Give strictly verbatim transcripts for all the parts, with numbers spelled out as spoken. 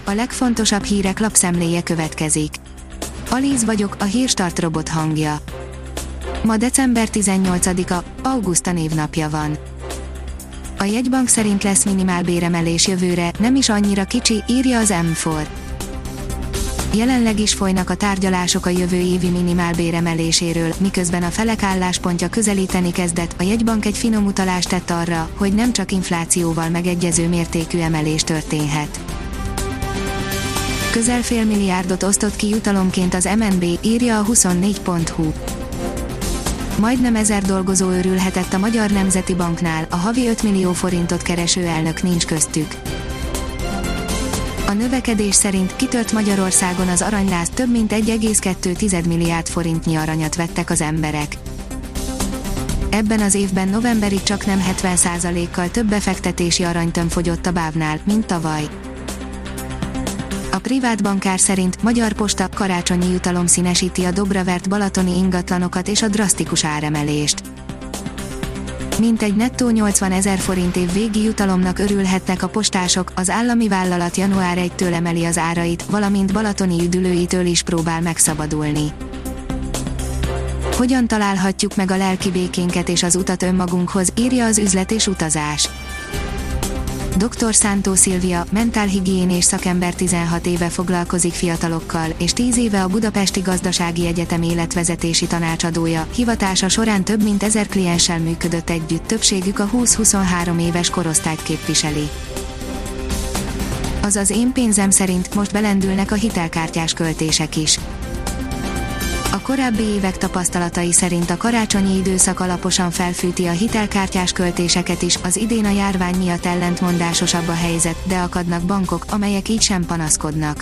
A legfontosabb hírek lapszemléje következik. Alíz vagyok, a Hírstart robot hangja. Ma december tizennyolcadika, Auguszta névnapja van. A jegybank szerint lesz minimálbéremelés jövőre, nem is annyira kicsi, írja az M négy. Jelenleg is folynak a tárgyalások a jövő évi minimálbéremeléséről, miközben a felek álláspontja közelíteni kezdett, a jegybank egy finom utalást tett arra, hogy nem csak inflációval megegyező mértékű emelés történhet. Közel fél milliárdot osztott ki jutalomként az em en bé, írja a huszonnégy pont hu. Majdnem ezer dolgozó örülhetett a Magyar Nemzeti Banknál, a havi öt millió forintot kereső elnök nincs köztük. A növekedés szerint kitört Magyarországon az aranyláz, több mint egy egész kettő milliárd forintnyi aranyat vettek az emberek. Ebben az évben novemberig csaknem hetven százalékkal több befektetési aranytömb fogyott a bávnál, mint tavaly. A privát bankár szerint Magyar Posta karácsonyi jutalom színesíti a dobra vert balatoni ingatlanokat és a drasztikus áremelést. Mintegy nettó nyolcvanezer forint év végi jutalomnak örülhetnek a postások, az állami vállalat január elsejétől emeli az árait, valamint balatoni üdülőitől is próbál megszabadulni. Hogyan találhatjuk meg a lelki békénket és az utat önmagunkhoz, írja az Üzlet és Utazás. doktor Szántó Szilvia, mentálhigiénés szakember tizenhat éve foglalkozik fiatalokkal, és tíz éve a Budapesti Gazdasági Egyetem életvezetési tanácsadója, hivatása során több mint ezer klienssel működött együtt, többségük a húsz-huszonhárom éves korosztályt képviseli. Az az én pénzem szerint most belendülnek a hitelkártyás költések is. A korábbi évek tapasztalatai szerint a karácsonyi időszak alaposan felfűti a hitelkártyás költéseket is, az idén a járvány miatt ellentmondásosabb a helyzet, de akadnak bankok, amelyek így sem panaszkodnak.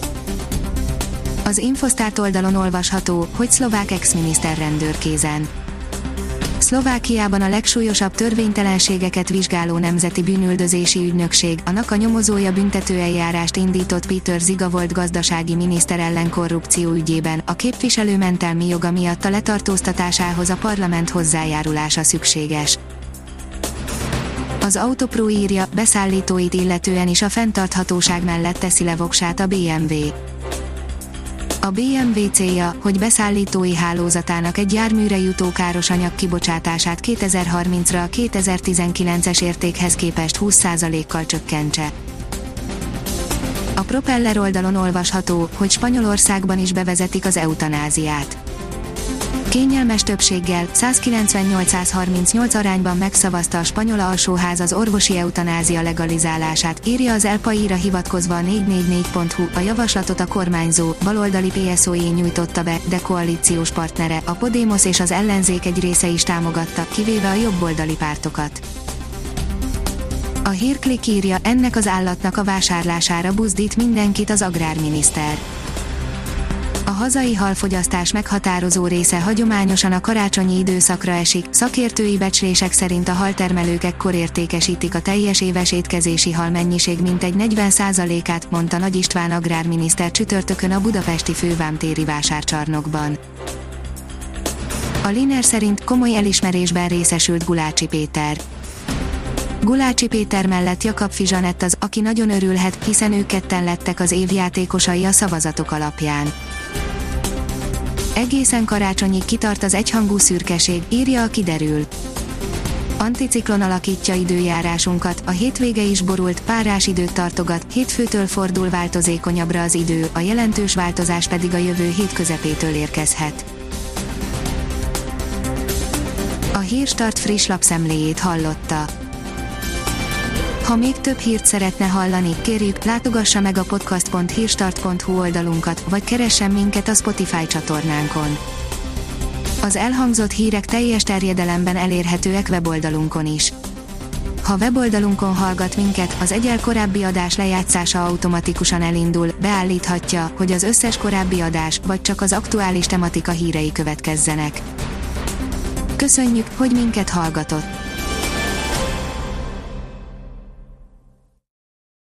Az Infosztárt oldalon olvasható, hogy szlovák ex-miniszter rendőrkézen. Szlovákiában a legsúlyosabb törvénytelenségeket vizsgáló Nemzeti Bűnüldözési Ügynökség, a NAKA nyomozója büntetőeljárást indított Péter Ziga volt gazdasági miniszter ellen korrupció ügyében, a képviselő mentelmi joga miatt a letartóztatásához a parlament hozzájárulása szükséges. Az Autopro írja, beszállítóit illetően is a fenntarthatóság mellett teszi le voksát a bé em vé. A bé em vé célja, hogy beszállítói hálózatának egy járműre jutó károsanyag kibocsátását kétezer-harmincra a kétezer-tizenkilences értékhez képest húsz százalékkal csökkentse. A Propeller oldalon olvasható, hogy Spanyolországban is bevezetik az eutanáziát. Kényelmes többséggel, százkilencvennyolc-százharmincnyolc arányban megszavazta a spanyol alsóház az orvosi eutanázia legalizálását, írja az El Paíra hivatkozva a négy négy négy pont hu. A javaslatot a kormányzó, baloldali pé es o é nyújtotta be, de koalíciós partnere, a Podemos és az ellenzék egy része is támogatta, kivéve a jobboldali pártokat. A Hírklik írja, ennek az állatnak a vásárlására buzdít mindenkit az agrárminiszter. A hazai halfogyasztás meghatározó része hagyományosan a karácsonyi időszakra esik, szakértői becslések szerint a haltermelők ekkor értékesítik a teljes éves étkezési halmennyiség mintegy negyven százalékát, mondta Nagy István agrárminiszter csütörtökön a budapesti fővámtéri vásárcsarnokban. A Liner szerint komoly elismerésben részesült Gulácsi Péter. Gulácsi Péter mellett Jakab Fizsanett az, aki nagyon örülhet, hiszen ők ketten lettek az év játékosai a szavazatok alapján. Egészen karácsonyig kitart az egyhangú szürkeség, írja a Kiderül. Anticiklon alakítja időjárásunkat, a hétvége is borult, párás időt tartogat, hétfőtől fordul változékonyabbra az idő, a jelentős változás pedig a jövő hét közepétől érkezhet. A Hírstart friss lapszemléjét hallotta. Ha még több hírt szeretne hallani, kérjük, látogassa meg a podcast pont hírstart pont hu oldalunkat, vagy keressen minket a Spotify csatornánkon. Az elhangzott hírek teljes terjedelemben elérhetőek weboldalunkon is. Ha weboldalunkon hallgat minket, az egyel korábbi adás lejátszása automatikusan elindul, beállíthatja, hogy az összes korábbi adás, vagy csak az aktuális tematika hírei következzenek. Köszönjük, hogy minket hallgatott!